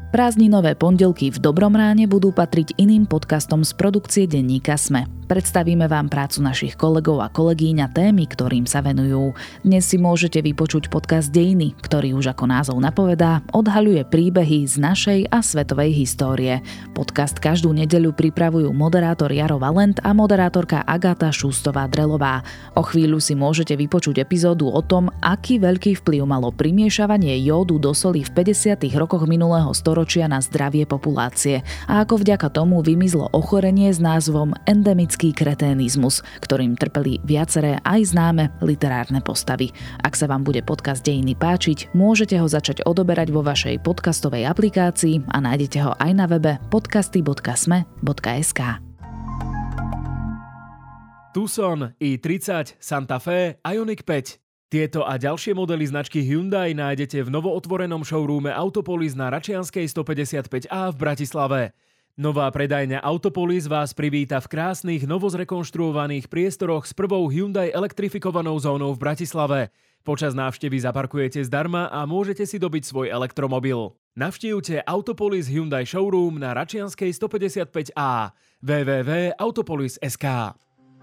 Prázdninové pondelky v Dobrom ráne budú patriť iným podcastom z produkcie denníka SME. Predstavíme vám prácu našich kolegov a kolegyň a témy, ktorým sa venujú. Dnes si môžete vypočuť podcast Dejiny, ktorý už ako názov napovedá, odhaľuje príbehy z našej a svetovej histórie. Podcast každú nedeľu pripravujú moderátor Jaro Valent a moderátorka Agáta Šustová-Drelová. O chvíľu si môžete vypočuť epizódu o tom, aký veľký vplyv malo primiešavanie jódu do soli v 50. rokoch minulého storočia na zdravie populácie a ako vďaka tomu vymizlo ochorenie s názvom endemický kreténizmus, ktorým trpeli viaceré aj známe literárne postavy. Ak sa vám bude podcast Dejiny páčiť, môžete ho začať odoberať vo vašej podcastovej aplikácii a nájdete ho aj na webe podcasty.sme.sk. Tucson, i30, Santa Fe, Ioniq 5. Tieto a ďalšie modely značky Hyundai nájdete v novootvorenom showroome Autopolis na Račianskej 155A v Bratislave. Nová predajňa Autopolis vás privíta v krásnych, novozrekonštruovaných priestoroch s prvou Hyundai elektrifikovanou zónou v Bratislave. Počas návštevy zaparkujete zdarma a môžete si dobiť svoj elektromobil. Navštívte Autopolis Hyundai Showroom na Račianskej 155A www.autopolis.sk.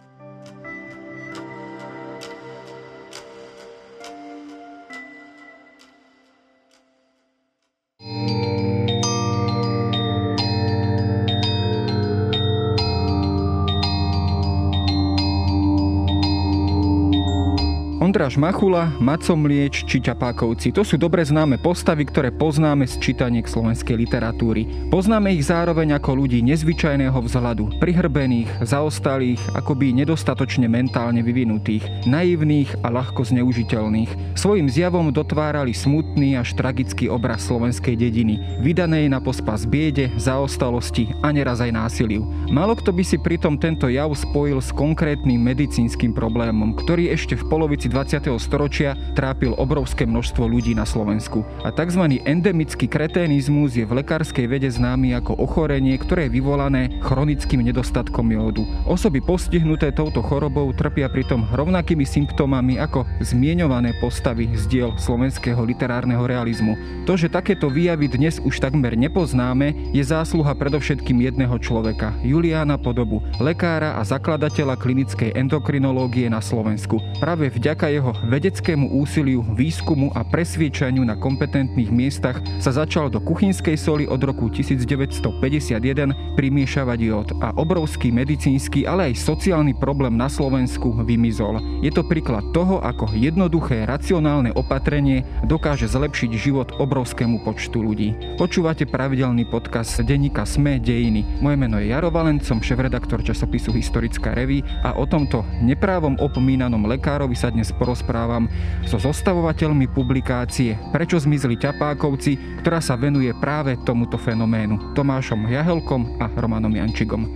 Ondráš Machula, Maco Mlieč či Ťapákovci. To sú dobre známe postavy, ktoré poznáme z čítaniek slovenskej literatúry. Poznáme ich zároveň ako ľudí nezvyčajného vzhľadu, prihrbených, zaostalých, akoby nedostatočne mentálne vyvinutých, naivných a ľahko zneužiteľných. Svojím zjavom dotvárali smutný až tragický obraz slovenskej dediny, vydanej na pospas biede, zaostalosti a neraz aj násiliu. Málo kto by si pritom tento jav spojil s konkrétnym medicínskym problémom, ktorý ešte v polovici 20. storočia trápil obrovské množstvo ľudí na Slovensku. A tzv. Endemický kreténizmus je v lekárskej vede známy ako ochorenie, ktoré je vyvolané chronickým nedostatkom jódu. Osoby postihnuté touto chorobou trpia pritom rovnakými symptómami ako zmieňované postavy z diel slovenského literárneho realizmu. To, že takéto výjavy dnes už takmer nepoznáme, je zásluha predovšetkým jedného človeka, Juliána Podobu, lekára a zakladateľa klinickej endokrinológie na Slovensku. Práve vďaka jeho vedeckému úsiliu, výskumu a presviečaniu na kompetentných miestach sa začal do kuchynskej soli od roku 1951 primiešavať jód a obrovský medicínsky, ale aj sociálny problém na Slovensku vymizol. Je to príklad toho, ako jednoduché racionálne opatrenie dokáže zlepšiť život obrovskému počtu ľudí. Počúvate pravidelný podcast denníka SME Dejiny. Moje meno je Jaro Valent, som šéfredaktor časopisu Historická reví a o tomto neprávom opomínanom lekárovi sa dnes porozprávam so zostavovateľmi publikácie Prečo zmizli Ťapákovci, ktorá sa venuje práve tomuto fenoménu, Tomášom Jahelkom a Romanom Jančigom.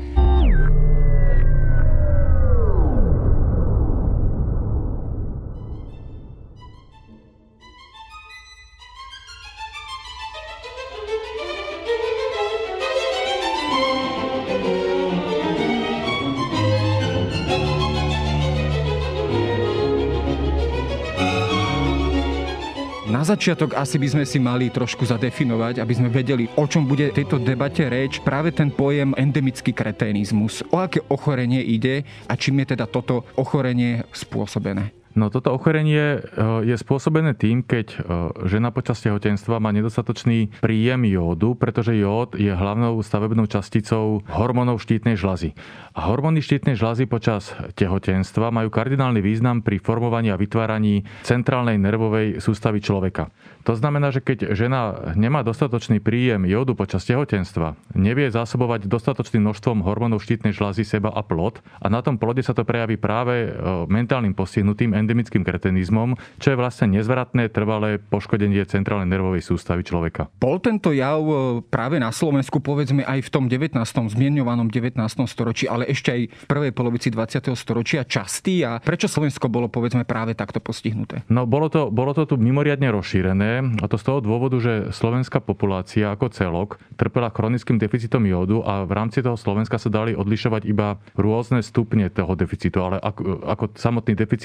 Na začiatok asi by sme si mali trošku zadefinovať, aby sme vedeli, o čom bude v tejto debate reč, práve ten pojem endemický kreténizmus. O aké ochorenie ide a čím je teda toto ochorenie spôsobené? No toto ochorenie je spôsobené tým, keď žena počas tehotenstva má nedostatočný príjem jódu, pretože jód je hlavnou stavebnou časticou hormónov štítnej žľazy. A hormóny štítnej žľazy počas tehotenstva majú kardinálny význam pri formovaní a vytváraní centrálnej nervovej sústavy človeka. To znamená, že keď žena nemá dostatočný príjem jódu počas tehotenstva, nevie zásobovať dostatočným množstvom hormónov štítnej žľazy seba a plod a na tom plode sa to prejaví práve mentálnym postihnutím endemickým kretenizmom, čo je vlastne nezvratné trvalé poškodenie centrálnej nervovej sústavy človeka. Bol tento jav práve na Slovensku, povedzme aj v tom 19. zmienovanom 19. storočí, ale ešte aj v prvej polovici 20. storočia častý a prečo Slovensko bolo povedzme práve takto postihnuté? No bolo to tu mimoriadne rozšírené, a to z toho dôvodu, že slovenská populácia ako celok trpela chronickým deficitom jódu a v rámci toho Slovenska sa dali odlišovať iba rôzne stupne toho deficitu, ale ako samotný deficit bol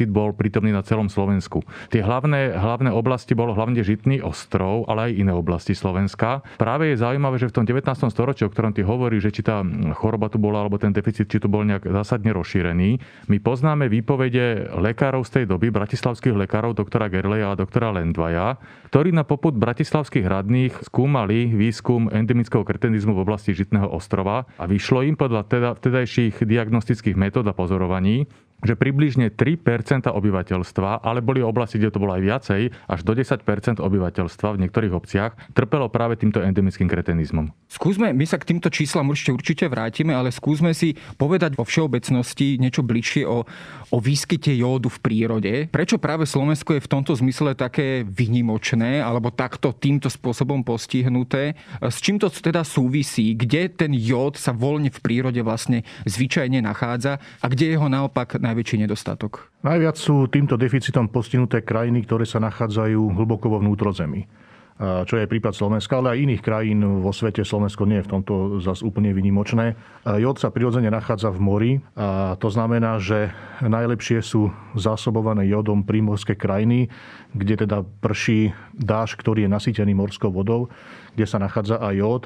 prítomný na celom Slovensku. Tie hlavné oblasti bolo hlavne Žitný ostrov, ale aj iné oblasti Slovenska. Práve je zaujímavé, že v tom 19. storočí, o ktorom ty hovoríš, že či tá choroba tu bola, alebo ten deficit, či tu bol nejak zásadne rozšírený, my poznáme výpovede lekárov z tej doby, bratislavských lekárov, doktora Gerleja a doktora Lendvaja, ktorí na popud bratislavských radných skúmali výskum endemického kretenizmu v oblasti Žitného ostrova a vyšlo im podľa vtedajších diagnostických metód a pozorovaní, že približne 3% obyvateľstva, ale boli oblasti, kde to bolo aj viacej, až do 10% obyvateľstva v niektorých obciach trpelo práve týmto endemickým kretenizmom. Skúsme, my sa k týmto číslam určite vrátime, ale skúsme si povedať vo všeobecnosti niečo bližšie o výskyte jódu v prírode. Prečo práve Slovensko je v tomto zmysle také výnimočné, alebo takto týmto spôsobom postihnuté? S čím to teda súvisí? Kde ten jód sa voľne v prírode vlastne zvyčajne nachádza a kde je ho naopak najväčší nedostatok? Najviac sú týmto deficitom postihnuté krajiny, ktoré sa nachádzajú hlboko vo vnútrozemí. Čo je prípad Slovenska, ale aj iných krajín vo svete. Slovensko nie je v tomto zas úplne výnimočné. Jód sa prirodzene nachádza v mori a to znamená, že najlepšie sú zásobované jódom prímorské krajiny, kde teda prší dážď, ktorý je nasýtený morskou vodou, kde sa nachádza aj jód.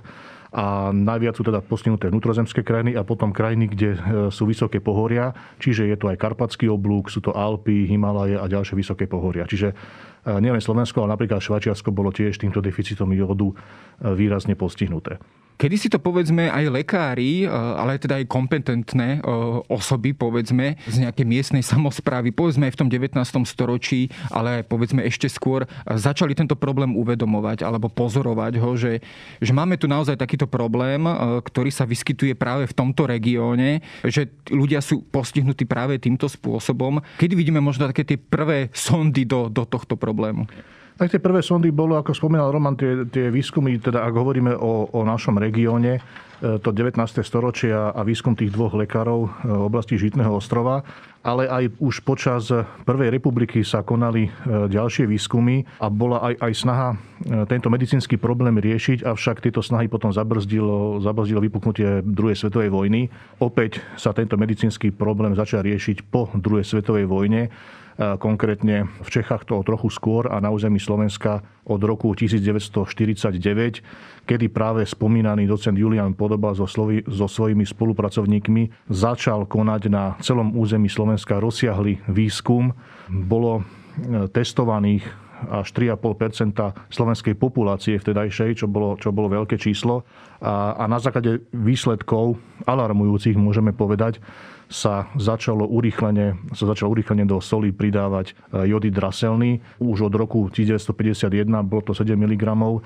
A najviac sú teda postihnuté vnútrozemské krajiny a potom krajiny, kde sú vysoké pohoria, čiže je to aj Karpatský oblúk, sú to Alpy, Himalaje a ďalšie vysoké pohoria. Čiže nielen Slovensko, ale napríklad Švajčiarsko bolo tiež týmto deficitom jódu výrazne postihnuté. Kedy si to povedzme aj lekári, ale teda aj kompetentné osoby, povedzme, z nejakej miestnej samosprávy, povedzme aj v tom 19. storočí, ale povedzme ešte skôr, začali tento problém uvedomovať alebo pozorovať ho, že máme tu naozaj takýto problém, ktorý sa vyskytuje práve v tomto regióne, že ľudia sú postihnutí práve týmto spôsobom. Kedy vidíme možno také tie prvé sondy do tohto problému? Tak tie prvé sondy bolo, ako spomínal Roman, tie výskumy, teda ak hovoríme o našom regióne, to 19. storočie a výskum tých dvoch lekárov v oblasti Žitného ostrova, ale aj už počas Prvej republiky sa konali ďalšie výskumy a bola aj snaha tento medicínsky problém riešiť, avšak tieto snahy potom zabrzdilo vypuknutie druhej svetovej vojny. Opäť sa tento medicínsky problém začal riešiť po druhej svetovej vojne. Konkrétne v Čechách to trochu skôr a na území Slovenska od roku 1949, kedy práve spomínaný docent Julián Podoba so svojimi spolupracovníkmi začal konať na celom území Slovenska rozsiahly výskum. Bolo testovaných až 3,5% slovenskej populácie vtedajšej, čo bolo veľké číslo. A na základe výsledkov alarmujúcich, môžeme povedať, sa začalo urýchlene do soli pridávať jodid draselný. Už od roku 1951 bolo to 7 mg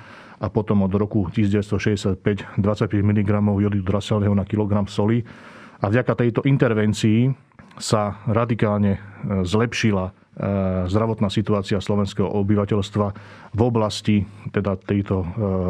a potom od roku 1965 25 mg jodidu draselného na kilogram soli. A vďaka tejto intervencii sa radikálne zlepšila zdravotná situácia slovenského obyvateľstva v oblasti teda tejto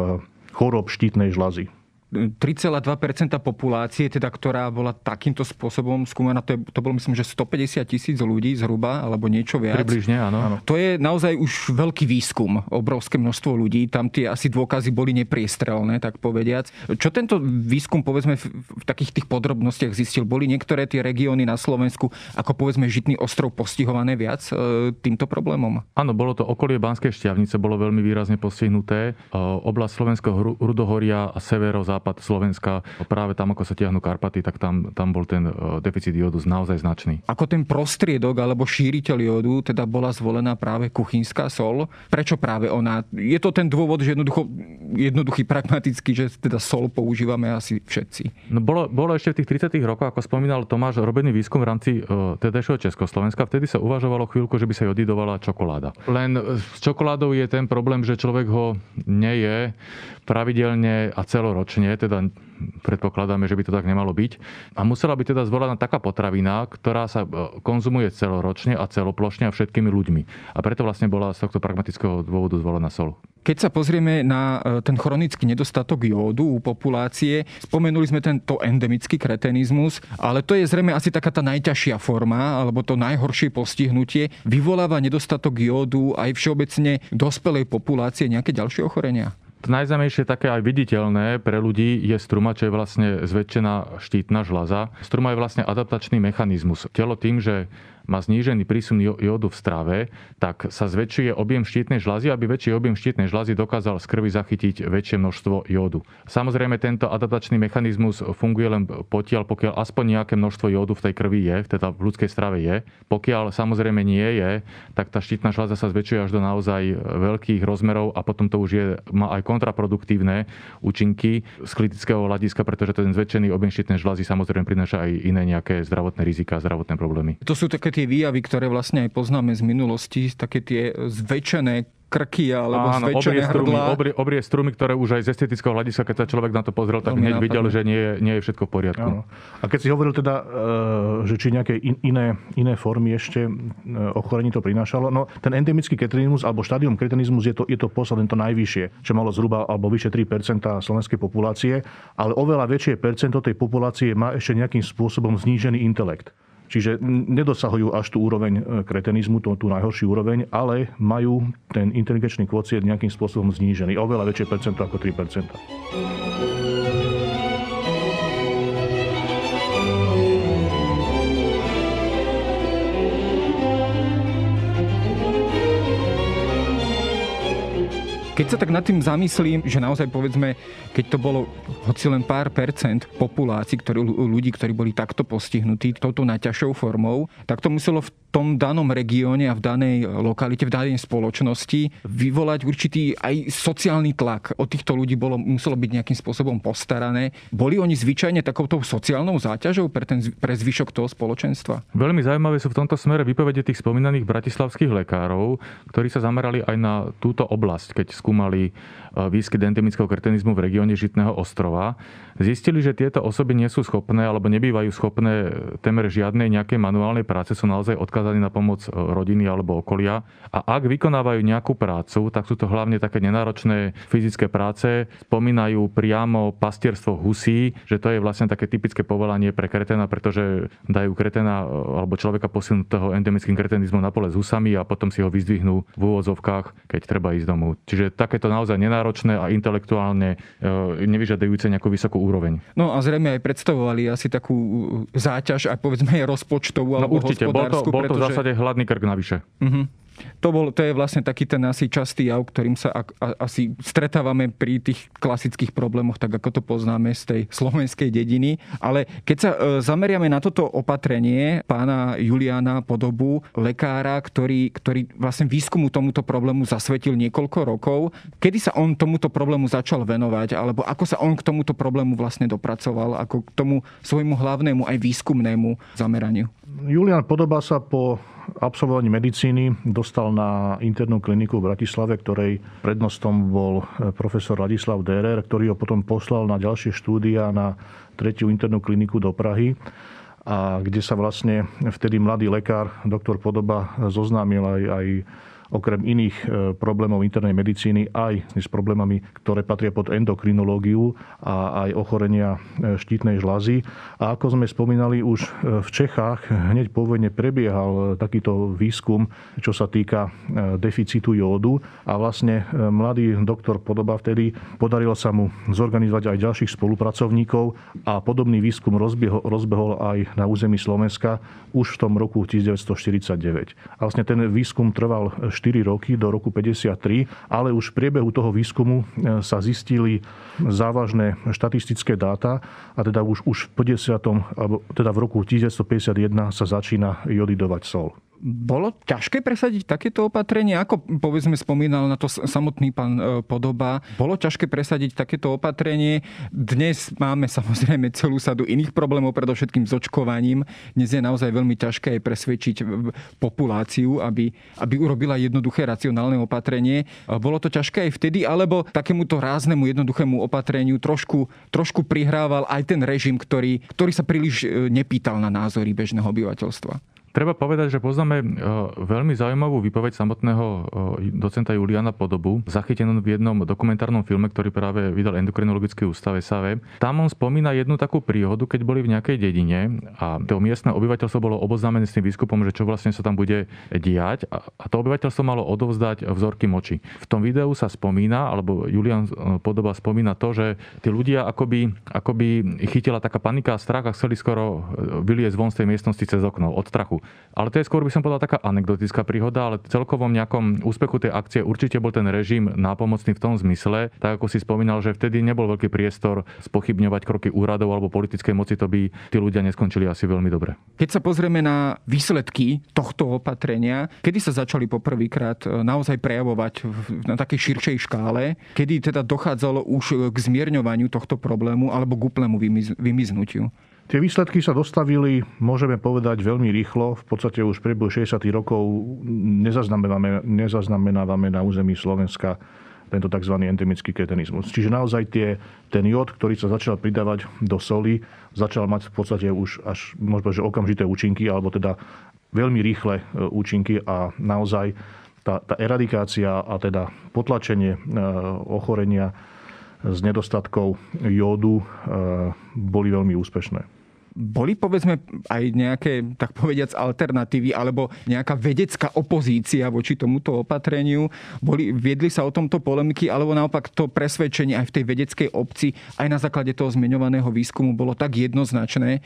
chorób štítnej žľazy. 3,2% populácie, teda, ktorá bola takýmto spôsobom skúmaná, to bolo myslím, že 150,000 ľudí zhruba, alebo niečo viac. Približne, áno. To je naozaj už veľký výskum, obrovské množstvo ľudí. Tam tie asi dôkazy boli nepriestrelné, tak povediac. Čo tento výskum, povedzme, v takých tých podrobnostiach zistil? Boli niektoré tie regióny na Slovensku, ako povedzme Žitný ostrov, postihované viac týmto problémom? Áno, bolo to okolie Banskej Štiavnice, bolo veľmi výrazne postihnuté. Oblasť Slovenského rudohoria a severozápad Slovenska, práve tam, ako sa tiahnu Karpaty, tak tam bol ten deficit jódu naozaj značný. Ako ten prostriedok alebo šíriteľ jódu teda bola zvolená práve kuchynská soľ. Prečo práve ona? Je to ten dôvod, že jednoduchý, pragmatický, že teda soľ používame asi všetci? No bolo ešte v tých 30. rokoch, ako spomínal Tomáš, robený výskum v rámci tedajšieho Československa. Vtedy sa uvažovalo chvíľku, že by sa jodidovala čokoláda. Len s čokoládou je ten problém, že človek ho neje pravidelne a celoročne, teda predpokladáme, že by to tak nemalo byť. A musela by teda zvolená taká potravina, ktorá sa konzumuje celoročne a celoplošne a všetkými ľuďmi. A preto vlastne bola z tohto pragmatického dôvodu zvolená soľ. Keď sa pozrieme na ten chronický nedostatok jódu u populácie, spomenuli sme tento endemický kretenizmus, ale to je zrejme asi taká tá najťažšia forma, alebo to najhoršie postihnutie. Vyvoláva nedostatok jódu aj všeobecne dospelej populácie nejaké ďalšie ochorenia? To najznámejšie také aj viditeľné pre ľudí je struma, čo je vlastne zväčšená štítna žľaza. Struma je vlastne adaptačný mechanizmus. Telo tým, že má znížený prísun jódu v strave, tak sa zväčšuje objem štítnej žľazy, aby väčší objem štítnej žľazy dokázal z krvi zachytiť väčšie množstvo jódu. Samozrejme, tento adaptačný mechanizmus funguje len pokiaľ aspoň nejaké množstvo jódu v tej krvi je, teda v ľudskej strave je. Pokiaľ samozrejme nie je, tak tá štítna žľaza sa zväčšuje až do naozaj veľkých rozmerov a potom to už má aj kontraproduktívne účinky z kritického hľadiska, pretože ten zväčšený objem štítnej žľazy samozrejme prináša aj iné nejaké zdravotné rizika, zdravotné problémy. To sú také tie výjavy, ktoré vlastne aj poznáme z minulosti, také tie zväčšené krky alebo zväčšené hrdlá. Obrie strumy, ktoré už aj z estetického hľadiska, keď sa človek na to pozrel, tak hneď videl, že nie je všetko v poriadku. Áno. A keď si hovoril teda, že či nejaké iné formy ešte ochorení to prinášalo, no ten endemický kretenizmus alebo štádium kretenizmus je to posledné, to najvyššie, čo malo zhruba alebo vyše 3% slovenskej populácie, ale oveľa väčšie percento tej populácie má ešte nejakým spôsobom znížený intelekt. Čiže nedosahujú až tú úroveň kretenizmu, tú najhoršiu úroveň, ale majú ten inteligenčný kvocient nejakým spôsobom znížený. Oveľa väčšie percento ako 3%. Keď sa tak nad tým zamyslím, že naozaj povedzme, keď to bolo hoci len pár percent populácií, ľudí, ktorí boli takto postihnutí touto najťažšou formou, tak to muselo v tom danom regióne a v danej lokalite, v danej spoločnosti vyvolať určitý aj sociálny tlak. Od týchto ľudí muselo byť nejakým spôsobom postarané. Boli oni zvyčajne takouto sociálnou záťažou pre zvyšok toho spoločenstva? Veľmi zaujímavé sú v tomto smere výpovede tých spomínaných bratislavských lekárov, ktorí sa zamerali aj na túto oblasť, keď skúmali výskyt endemického kretenizmu v regióne Žitného ostrova. Zistili, že tieto osoby nie sú schopné alebo nebývajú schopné témer žiadnej nejakej manuálnej práce, sú naozaj odkázaní na pomoc rodiny alebo okolia. A ak vykonávajú nejakú prácu, tak sú to hlavne také nenáročné fyzické práce. Spomínajú priamo pastierstvo husí, že to je vlastne také typické povolanie pre kretena, pretože dajú kretena alebo človeka posunutého endemickým kretenizmom na pole s husami a potom si ho vyzdvihnú v úvodzovkách, keď treba ísť domov. Čiže takéto naozaj nenáročné a intelektuálne nevyžadujúce nejakú vysokú úroveň. No a zrejme aj predstavovali asi takú záťaž aj povedzme aj rozpočtovú alebo určite, hospodársku. Bol to v zásade hladný krk navyše. Uh-huh. To je vlastne taký ten asi častý jav, ktorým sa asi stretávame pri tých klasických problémoch, tak ako to poznáme z tej slovenskej dediny. Ale keď sa zameriame na toto opatrenie pána Juliana Podobu, lekára, ktorý vlastne výskumu tomuto problému zasvetil niekoľko rokov, kedy sa on tomuto problému začal venovať, alebo ako sa on k tomuto problému vlastne dopracoval, ako k tomu svojmu hlavnému aj výskumnému zameraniu? Julian Podoba sa po absolvovaní medicíny dostal na internú kliniku v Bratislave, ktorej prednostom bol profesor Ladislav Derer, ktorý ho potom poslal na ďalšie štúdia na 3. internú kliniku do Prahy, a kde sa vlastne vtedy mladý lekár, doktor Podoba, zoznámil aj okrem iných problémov internej medicíny aj s problémami, ktoré patria pod endokrinológiu a aj ochorenia štítnej žľazy. A ako sme spomínali, už v Čechách hneď po vojne prebiehal takýto výskum, čo sa týka deficitu jódu. A vlastne mladý doktor Podoba vtedy podarilo sa mu zorganizovať aj ďalších spolupracovníkov a podobný výskum rozbehol aj na území Slovenska už v tom roku 1949. A vlastne ten výskum trval 4 roky do roku 53, ale už v priebehu toho výskumu sa zistili závažné štatistické dáta a teda už v 50. alebo teda v roku 1951 sa začína jodidovať soľ. Bolo ťažké presadiť takéto opatrenie? Ako povedzme spomínal na to samotný pán Podoba, bolo ťažké presadiť takéto opatrenie? Dnes máme samozrejme celú sadu iných problémov, predovšetkým s očkovaním. Dnes je naozaj veľmi ťažké aj presvedčiť populáciu, aby urobila jednoduché racionálne opatrenie. Bolo to ťažké aj vtedy, alebo takémuto ráznemu jednoduchému opatreniu trošku prihrával aj ten režim, ktorý sa príliš nepýtal na názory bežného obyvateľstva? Treba povedať, že poznáme veľmi zaujímavú výpoveď samotného docenta Juliana Podobu, zachytenú v jednom dokumentárnom filme, ktorý práve vydal Endokrinologický ústav SAV. Tam on spomína jednu takú príhodu, keď boli v nejakej dedine a to miestne obyvateľstvo bolo oboznámené s tým výskupom, že čo vlastne sa tam bude diať, a to obyvateľstvo malo odovzdať vzorky moči. V tom videu sa spomína, alebo Julian Podoba spomína to, že tí ľudia akoby chytila taká panika a strach a chceli skoro vyliezť von z tej miestnosti cez okno od strachu. Ale to je skôr, by som povedal, taká anekdotická príhoda, ale celkovom nejakom úspechu tej akcie určite bol ten režim nápomocný v tom zmysle, tak ako si spomínal, že vtedy nebol veľký priestor spochybňovať kroky úradov alebo politickej moci, to by tí ľudia neskončili asi veľmi dobre. Keď sa pozrieme na výsledky tohto opatrenia, kedy sa začali poprvýkrát naozaj prejavovať na takej širšej škále, kedy teda dochádzalo už k zmierňovaniu tohto problému alebo k úplnému vymiznutiu? Tie výsledky sa dostavili, môžeme povedať, veľmi rýchlo. V podstate už v priebehu 60. rokov nezaznamenávame na území Slovenska tento tzv. Endemický kretenizmus. Čiže naozaj ten jód, ktorý sa začal pridávať do soli, začal mať v podstate už až možno, že okamžité účinky, alebo teda veľmi rýchle účinky a naozaj tá eradikácia a teda potlačenie ochorenia z nedostatkov jódu boli veľmi úspešné. Boli, povedzme, aj nejaké, tak povediac, alternatívy alebo nejaká vedecká opozícia voči tomuto opatreniu? Viedli sa o tomto polemiky, alebo naopak to presvedčenie aj v tej vedeckej obci, aj na základe toho zmieňovaného výskumu bolo tak jednoznačné,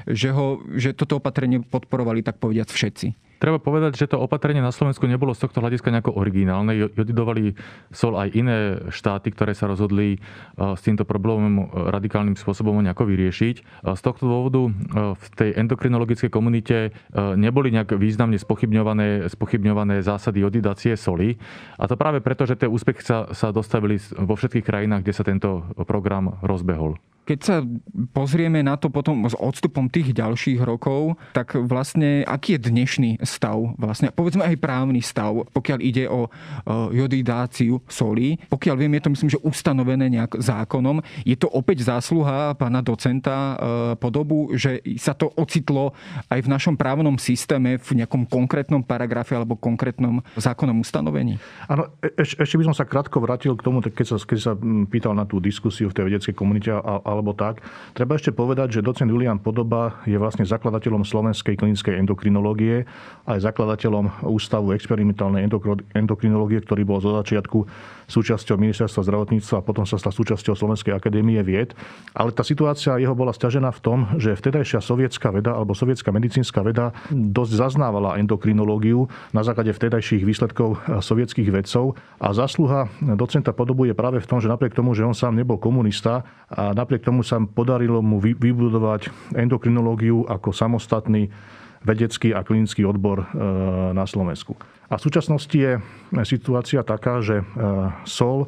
že toto opatrenie podporovali, tak povediac, všetci? Treba povedať, že to opatrenie na Slovensku nebolo z tohto hľadiska nejako originálne. Jodidovali sol aj iné štáty, ktoré sa rozhodli s týmto problémom radikálnym spôsobom nejako vyriešiť. Z tohto dôvodu v tej endokrinologickej komunite neboli nejak významne spochybňované zásady jodidácie soli. A to práve preto, že tie úspechy sa dostavili vo všetkých krajinách, kde sa tento program rozbehol. Keď sa pozrieme na to potom s odstupom tých ďalších rokov, tak vlastne aký je dnešný stav? Vlastne, povedzme aj právny stav, pokiaľ ide o jodidáciu solí. Pokiaľ viem, je to myslím, že ustanovené nejak zákonom. Je to opäť zásluha pána docenta Podobu, že sa to ocitlo aj v našom právnom systéme v nejakom konkrétnom paragrafe alebo konkrétnom zákonnom ustanovení? Áno, ešte by som sa krátko vrátil k tomu, keď sa pýtal na tú diskusiu v tej vedeckej komunite alebo tak. Treba ešte povedať, že docent Julián Podoba je vlastne zakladateľom slovenskej klinickej endokrinológie a aj zakladateľom Ústavu experimentálnej endokrinológie, ktorý bol zo začiatku súčasťou Ministerstva zdravotníctva a potom sa stal súčasťou Slovenskej akadémie vied. Ale tá situácia jeho bola sťažená v tom, že vtedajšia sovietská veda alebo sovietská medicínska veda dosť zaznávala endokrinológiu na základe vtedajších výsledkov sovietských vedcov a zásluha docenta Podobu je práve v tom, že napriek tomu, že on sám nebol komunista a napriek tomu sa podarilo mu vybudovať endokrinológiu ako samostatný vedecký a klinický odbor na Slovensku. A v súčasnosti je situácia taká, že sol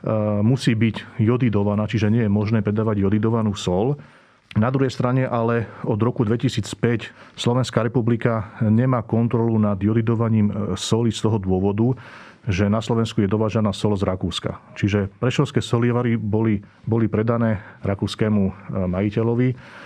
musí byť jodidovaná, čiže nie je možné predávať jodidovanú sol. Na druhej strane ale od roku 2005 Slovenská republika nemá kontrolu nad jodidovaním soli z toho dôvodu, že na Slovensku je dovážaná sol z Rakúska. Čiže prešovské solievary boli predané rakúskému majiteľovi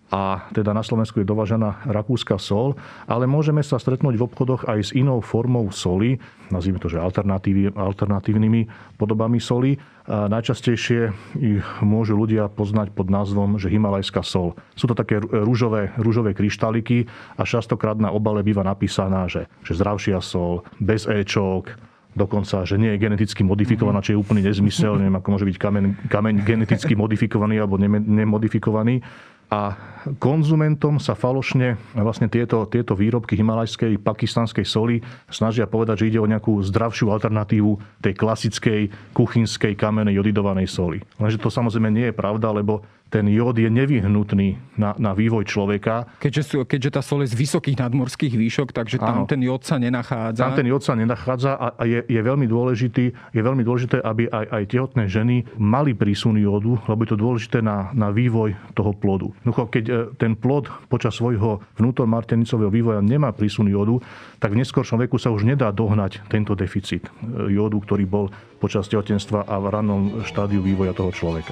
a teda na Slovensku je dovážaná rakúska sol, ale môžeme sa stretnúť v obchodoch aj s inou formou soli, nazvime to, že alternatívnymi podobami soli. A najčastejšie ich môžu ľudia poznať pod názvom, že himalajská sol. Sú to také ružové kryštáliky a častokrát na obale býva napísaná, že zdravšia sol, bez éčok, dokonca, že nie je geneticky modifikovaná, čo je úplný nezmysel. Neviem, ako môže byť kameň geneticky modifikovaný alebo nemodifikovaný. A konzumentom sa falošne vlastne tieto výrobky himalajskej, pakistanskej soli snažia povedať, že ide o nejakú zdravšiu alternatívu tej klasickej kuchynskej kamenej jodidovanej soli. Lenže to samozrejme nie je pravda, lebo ten jód je nevyhnutný na vývoj človeka. Keďže tá sol je z vysokých nadmorských výšok, takže tam ten jód sa nenachádza. Tam ten jód sa nenachádza a je veľmi dôležité, aby aj tehotné ženy mali prísun jódu, lebo je to dôležité na vývoj toho plodu. Keď ten plod počas svojho vnútormaternicového vývoja nemá prísun jódu, tak v neskoršom veku sa už nedá dohnať tento deficit jódu, ktorý bol počas tehotenstva a v rannom štádiu vývoja toho človeka.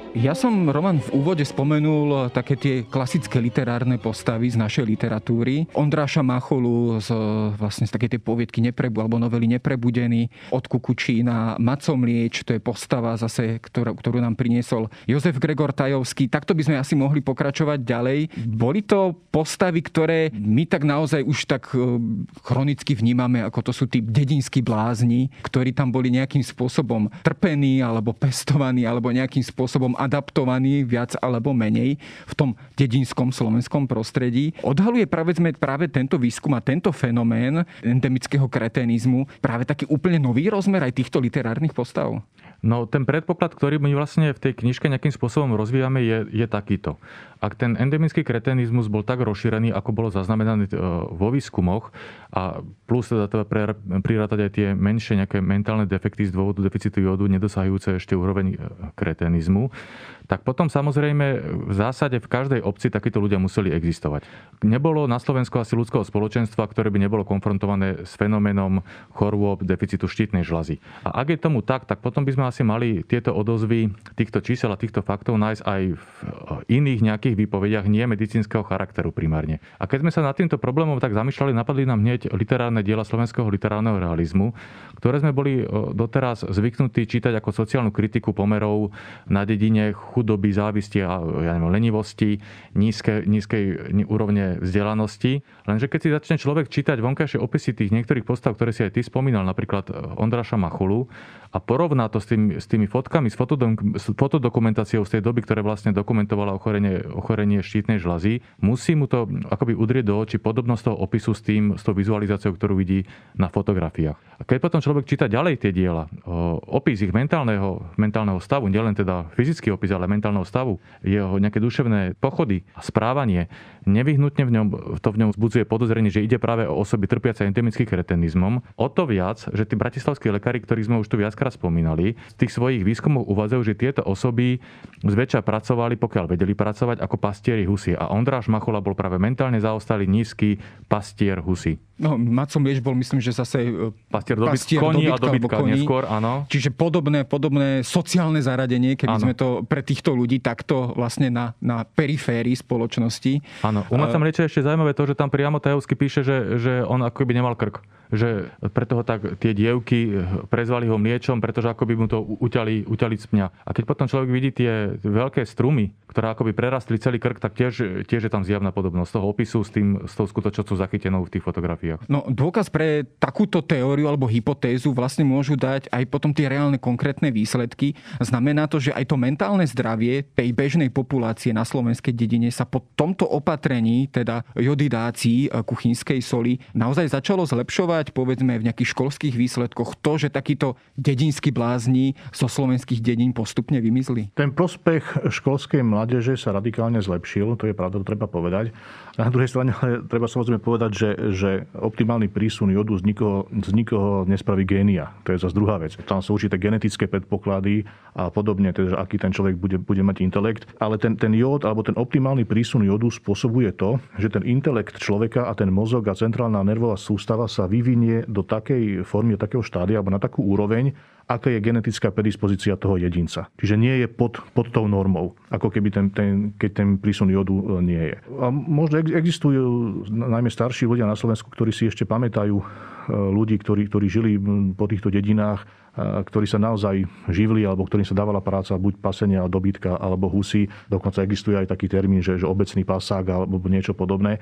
Ja som, Roman, v úvode spomenul také tie klasické literárne postavy z našej literatúry. Ondráša Macholu z takej tej poviedky alebo novely Neprebudený, od Kukučína, Maco Mlieč, to je postava zase, ktorú nám priniesol Jozef Gregor Tajovský. Takto by sme asi mohli pokračovať ďalej. Boli to postavy, ktoré my tak naozaj už tak chronicky vnímame, ako to sú tí dedinskí blázni, ktorí tam boli nejakým spôsobom trpení alebo pestovaní alebo nejakým spôsobom adaptovaní viac alebo menej v tom dedinskom slovenskom prostredí. Odhaluje práve tento výskum a tento fenomén endemického kretenizmu práve taký úplne nový rozmer aj týchto literárnych postav? No, ten predpoklad, ktorý my vlastne v tej knižke nejakým spôsobom rozvíjame, je takýto. Ak ten endemický kretenizmus bol tak rozšírený, ako bolo zaznamenané vo výskumoch, a plus teda prirátať aj tie menšie nejaké mentálne defekty z dôvodu deficitu jódu, nedosahujúce ešte úroveň kretenizmu, tak potom samozrejme v zásade v každej obci takíto ľudia museli existovať. Nebolo na Slovensku asi ľudského spoločenstva, ktoré by nebolo konfrontované s fenoménom chorôb deficitu štítnej žľazy. A ak je tomu tak potom by sme asi mali tieto odozvy týchto čísel a týchto faktov nájsť aj v iných nejakých výpovediach, nie medicínskeho charakteru primárne. A keď sme sa nad týmto problémom tak zamýšľali, napadli nám hneď literárne diela slovenského literárneho realizmu, ktoré sme boli doteraz zvyknutí čítať ako sociálnu kritiku pomerov na dedine, chudoby, závisti a lenivosti, nízkej úrovne vzdelanosti. Lenže keď si začne človek čítať vonkajšie opisy tých niektorých postav, ktoré si aj ty spomínal, napríklad Ondráša Macholu, a porovná to s tými fotkami, s fotodokumentáciou z tej doby, ktoré vlastne dokumentovala ochorenie štítnej žľazy, musí mu to akoby udrieť do očí podobnosť toho opisu s tou vizualizáciou, ktorú vidí na fotografiách. A keď potom človek číta ďalej tie diela, opis ich mentálneho stavu, nielen teda fyzický opis, ale mentálneho stavu, jeho nejaké duševné pochody a správanie, nevyhnutne v ňom vzbudzuje podozrenie, že ide práve o osoby trpiace endemickým kretenizmom. O to viac, že tí bratislavskí lekári, ktorých sme už tu viackrát spomínali, z tých svojich výskumov uvádzajú, že tieto osoby zväčša pracovali, pokiaľ vedeli pracovať, ako pastieri husy. A Ondráš Machola bol práve mentálne zaostalý, nízky pastier husy. No, Maco Mlieč bol, myslím, že zase pastier koní a dobytka neskôr, áno. Čiže podobné sociálne zaradenie, keby sme to pre týchto ľudí takto vlastne na periférii spoločnosti. Áno. U Maca Mlieča je ešte zaujímavé to, že tam priamo Tajovský píše, že on ako by nemal krk. Že preto ho tak tie dievky prezvali ho mliečom, pretože ako by mu to uťali z pňa. A keď potom človek vidí tie veľké strumy, ktoré akoby prerastli celý krk, tak tiež je tam zjavná podobnosť toho opisu s tou skutočnosťou zachytenou v tých fotografiách. No, dôkaz pre takúto teóriu alebo hypotézu vlastne môžu dať aj potom tie reálne konkrétne výsledky. Znamená to, že aj to mentálne zdravie tej bežnej populácie na slovenskej dedine sa po tomto opatrení, teda jodidácii kuchynskej soli, naozaj začalo zlepšovať, povedzme v nejakých školských výsledkoch, to, že takíto dedinskí blázni zo slovenských dedín postupne vymizli? Ten prospech školskej mládeže sa radikálne zlepšil, to je pravda, to treba povedať. Na druhej strane ale treba samozrejme povedať, že optimálny prísun jodu z nikoho nespraví génia. To je zase druhá vec. Tam sú určité genetické predpoklady a podobne, teda aký ten človek bude mať intelekt. Ale ten jód alebo ten optimálny prísun jodu spôsobuje to, že ten intelekt človeka a ten mozog a centrálna nervová sústava sa vyvinie do takej formy, do takého štádia alebo na takú úroveň, aká je genetická predispozícia toho jedinca. Čiže nie je pod tou normou, ako keby keď ten prísun jodu nie je. A možno existujú najmä starší ľudia na Slovensku, ktorí si ešte pamätajú ľudí, ktorí žili po týchto dedinách, ktorí sa naozaj živili, alebo ktorým sa dávala práca buď pasenia, dobytka, alebo husy. Dokonca existuje aj taký termín, že obecný pasák, alebo niečo podobné.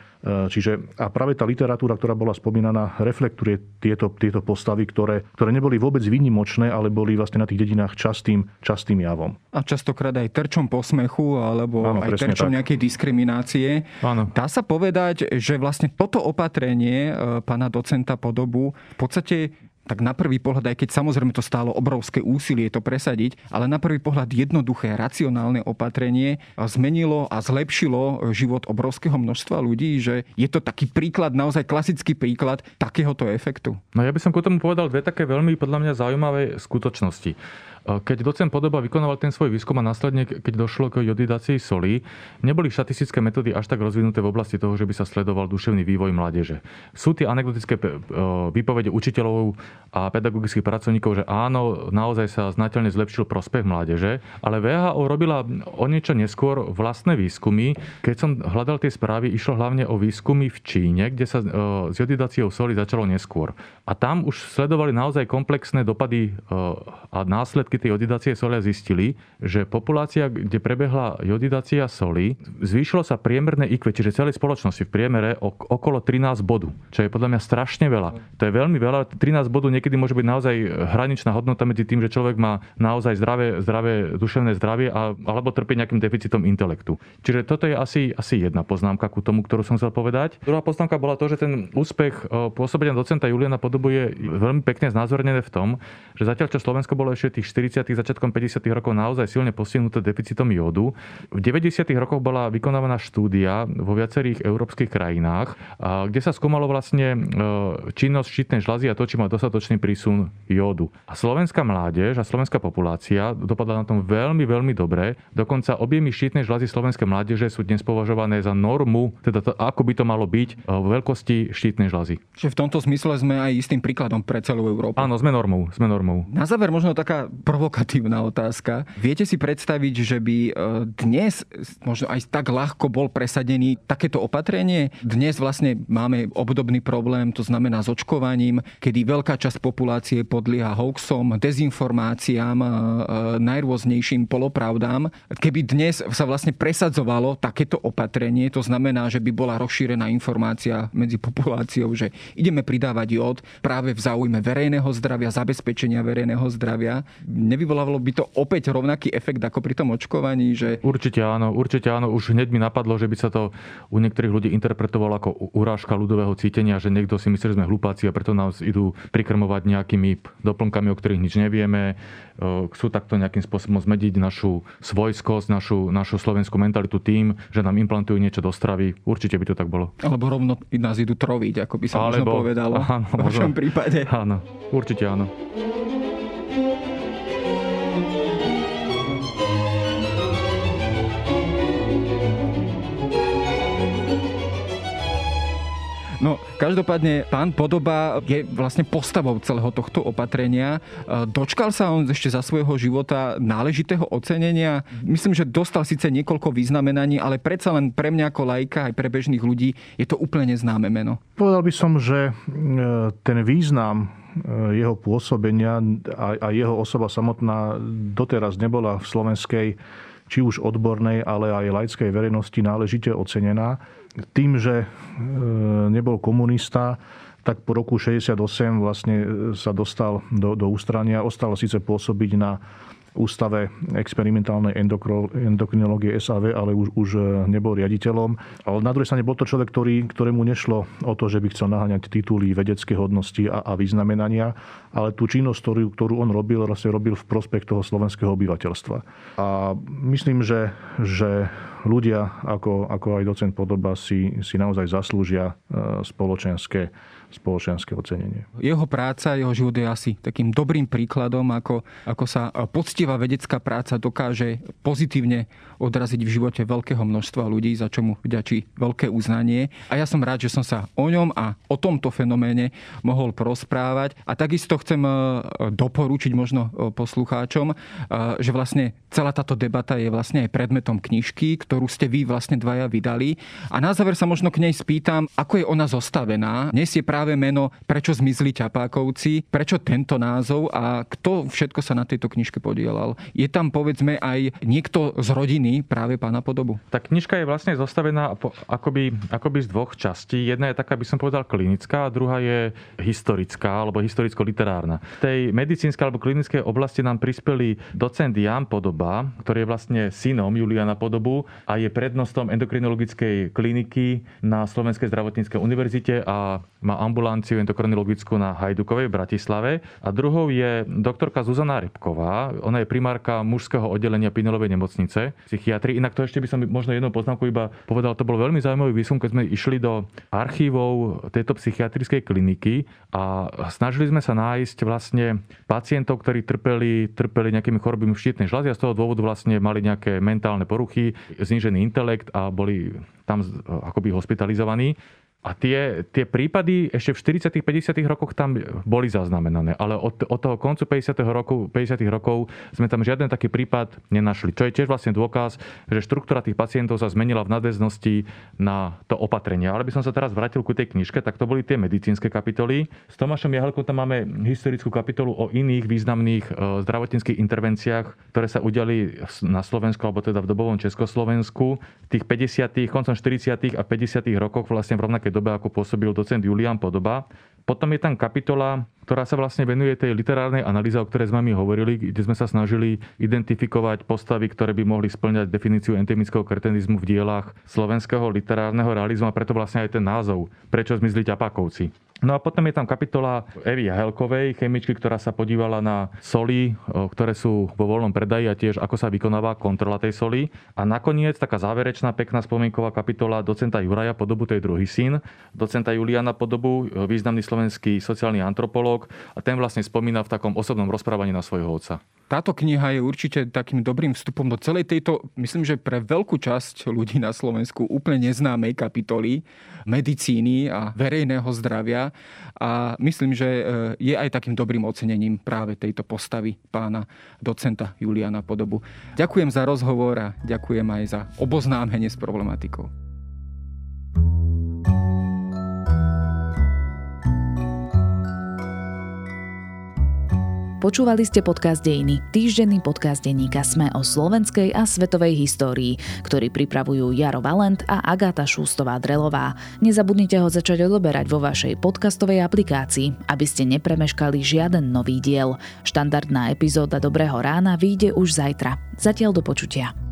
A práve tá literatúra, ktorá bola spomínaná, reflektuje tieto postavy, ktoré neboli vôbec výnimočné, ale boli vlastne na tých dedinách častým javom. A častokrát aj terčom posmechu, alebo áno, aj terčom nejakej diskriminácie. Áno. Dá sa povedať, že vlastne toto opatrenie pána docenta Podobu v podstate tak na prvý pohľad, aj keď samozrejme to stálo obrovské úsilie to presadiť, ale na prvý pohľad jednoduché, racionálne opatrenie zmenilo a zlepšilo život obrovského množstva ľudí, že je to taký príklad, naozaj klasický príklad takéhoto efektu. No ja by som k tomu povedal dve také veľmi podľa mňa zaujímavé skutočnosti. Keď docent Podoba vykonával ten svoj výskum a následne, keď došlo k jodidácii soli, neboli štatistické metódy až tak rozvinuté v oblasti toho, že by sa sledoval duševný vývoj mládeže. Sú tie anekdotické výpovede učiteľov a pedagogických pracovníkov, že áno, naozaj sa znateľne zlepšil prospech mládeže, ale VHO robila o niečo neskôr vlastné výskumy. Keď som hľadal tie správy, išlo hlavne o výskumy v Číne, kde sa s jodidáciou soli začalo neskôr. A tam už sledovali naozaj komplexné dopady a následky tej jodidácie soli a zistili, že populácia, kde prebehla jodidácia soli, zvýšilo sa priemerné IQ, čiže celej spoločnosti v priemere okolo 13 bodu, čo je podľa mňa strašne veľa. To je veľmi veľa. 13 bodov niekedy môže byť naozaj hraničná hodnota medzi tým, že človek má naozaj zdravé duševné zdravie alebo trpí nejakým deficitom intelektu. Čiže toto je asi jedna poznámka ku tomu, ktorú som chcel povedať. Druhá poznámka bola to, že ten úspech pôsobenia docenta Juliana Podobu je veľmi pekne znázornené v tom, že zatiaľ čo Slovensko bolo ešte tých 40. začiatkom 50. rokov naozaj silne postihnuté deficitom jódu, v 90. rokoch bola vykonávaná štúdia vo viacerých európskych krajinách, kde sa skúmalo vlastne činnosť štítnej žľazy a to, či má dostatočný prísun jódu. A slovenská mládež a slovenská populácia dopadla na tom veľmi, veľmi dobre. Dokonca objemy štítnej žľazy slovenskej mládeže sú dnes považované za normu, teda to, ako by to malo byť v veľkosti štítnej žľazy. Čiže v tomto zmysle sme aj istým príkladom pre celú Európu. Áno, sme normou. Na záver možno taká provokatívna otázka. Viete si predstaviť, že by dnes možno aj tak ľahko bol presadený takéto opatrenie? Dnes vlastne máme obdobný problém, to znamená s očkovaním, kedy veľká časť populácie podlieha hoaxom, dezinformáciám, najrôznejším polopravdám. Keby dnes sa vlastne presadzovalo takéto opatrenie, to znamená, že by bola rozšírená informácia medzi populáciou, že ideme pridávať jód práve v záujme verejného zdravia, zabezpečenia verejného zdravia. Nevyvolávalo by to opäť rovnaký efekt ako pri tom očkovaní, že... Určite áno. Už hneď mi napadlo, že by sa to u niektorých ľudí interpretovalo ako urážka ľudového cítenia, že niekto si myslí, že sme hlupáci a preto nás idú prikrmovať nejakými doplnkami, o ktorých nič nevieme. Chcú takto nejakým spôsobom zmediť našu svojskosť, našu slovenskú mentalitu tým, že nám implantujú niečo do stravy. Určite by to tak bolo. Alebo rovno nás idú troviť, ako by sa možno povedalo. Áno, v vašom prípade. Áno, určite áno. No, každopádne pán Podoba je vlastne postavou celého tohto opatrenia. Dočkal sa on ešte za svojho života náležitého ocenenia? Myslím, že dostal síce niekoľko vyznamenaní, ale predsa len pre mňa ako laika aj pre bežných ľudí je to úplne známe meno. Povedal by som, že ten význam jeho pôsobenia a jeho osoba samotná doteraz nebola v slovenskej či už odbornej, ale aj laickej verejnosti náležite ocenená. Tým, že nebol komunista, tak po roku 68 vlastne sa dostal do ústrania. Ostal síce pôsobiť na Ústave experimentálnej endokrinológie SAV, ale už nebol riaditeľom. Ale na druhej strane bol to človek, ktorému nešlo o to, že by chcel naháňať tituly vedecké hodnosti a vyznamenania, ale tú činnosť, ktorú on robil v prospech toho slovenského obyvateľstva. A myslím, že ľudia, ako aj docent Podoba, si naozaj zaslúžia spoločenské ocenenie. Jeho práca, jeho život je asi takým dobrým príkladom, ako sa poctivá vedecká práca dokáže pozitívne odraziť v živote veľkého množstva ľudí, za čo mu vďačí veľké uznanie. A ja som rád, že som sa o ňom a o tomto fenoméne mohol porozprávať. A takisto chcem doporučiť možno poslucháčom, že vlastne celá táto debata je vlastne aj predmetom knižky, ktorú ste vy vlastne dvaja vydali. A na záver sa možno k nej spýtam, ako je ona zostavená. Nesie práve meno Prečo zmizli ťapákovci, prečo tento názov a kto všetko sa na tejto knižke podielal. Je tam povedzme aj niekto z rodiny práve pána Podobu? Tá knižka je vlastne zostavená akoby z dvoch častí. Jedna je taká, by som povedal, klinická a druhá je historická alebo historicko-literárna. V tej medicínskej alebo klinickej oblasti nám prispeli docent Ján Podoba, ktorý je vlastne synom Juliana Podobu a je prednostom endokrinologickej kliniky na Slovenskej zdravotníckej univerzite a má ambulanciu endokrinologickú na Hajdukovej v Bratislave. A druhou je doktorka Zuzana Repková. Ona je primárka mužského oddelenia Pinelovej nemocnice psychiatrii. Inak to ešte by som možno jednu poznámku iba povedal. To bol veľmi zaujímavý výskum, keď sme išli do archívov tejto psychiatrickej kliniky a snažili sme sa nájsť vlastne pacientov, ktorí trpeli nejakými chorobami štítnej žľazy a z toho dôvodu vlastne mali nejaké mentálne poruchy, znížený intelekt a boli tam akoby hospitalizovaní. A tie prípady ešte v 40. 50. rokoch tam boli zaznamenané, ale od toho koncu 50. rokov sme tam žiaden taký prípad nenašli. Čo je tiež vlastne dôkaz, že štruktúra tých pacientov sa zmenila v nadväznosti na to opatrenie. Ale by som sa teraz vrátil ku tej knižke, tak to boli tie medicínske kapitoly. S Tomášom Jahelkom tam máme historickú kapitolu o iných významných zdravotníckych intervenciách, ktoré sa udiali na Slovensku, alebo teda v dobovom Československu. V tých 50., koncom 40. a 50. rokoch vlastne v rovnakej dobe, ako pôsobil docent Julián Podoba. Potom je tam kapitola, ktorá sa vlastne venuje tej literárnej analýze, o ktorej sme my hovorili, kde sme sa snažili identifikovať postavy, ktoré by mohli spĺňať definíciu endemického kretenizmu v dielách slovenského literárneho realizmu a preto vlastne aj ten názov Prečo zmizli ťapákovci. No a potom je tam kapitola Evy Jahelkovej, chemičky, ktorá sa podívala na soli, ktoré sú vo voľnom predaji a tiež ako sa vykonáva kontrola tej soli. A nakoniec taká záverečná pekná spomienková kapitola docenta Juraja Podobu, to je druhý syn, docenta Juliana Podobu, významný slovenský sociálny antropológ, a ten vlastne spomína v takom osobnom rozprávaní na svojho otca. Táto kniha je určite takým dobrým vstupom do celej tejto, myslím, že pre veľkú časť ľudí na Slovensku úplne neznámej kapitoly medicíny a verejného zdravia. A myslím, že je aj takým dobrým ocenením práve tejto postavy pána docenta Juliana Podobu. Ďakujem za rozhovor a ďakujem aj za oboznámenie s problematikou. Počúvali ste podcast Dejiny, týždenný podcast denníka SME o slovenskej a svetovej histórii, ktorý pripravujú Jaro Valent a Agáta Šústová-Drelová. Nezabudnite ho začať odoberať vo vašej podcastovej aplikácii, aby ste nepremeškali žiaden nový diel. Štandardná epizóda Dobrého rána vyjde už zajtra. Zatiaľ do počutia.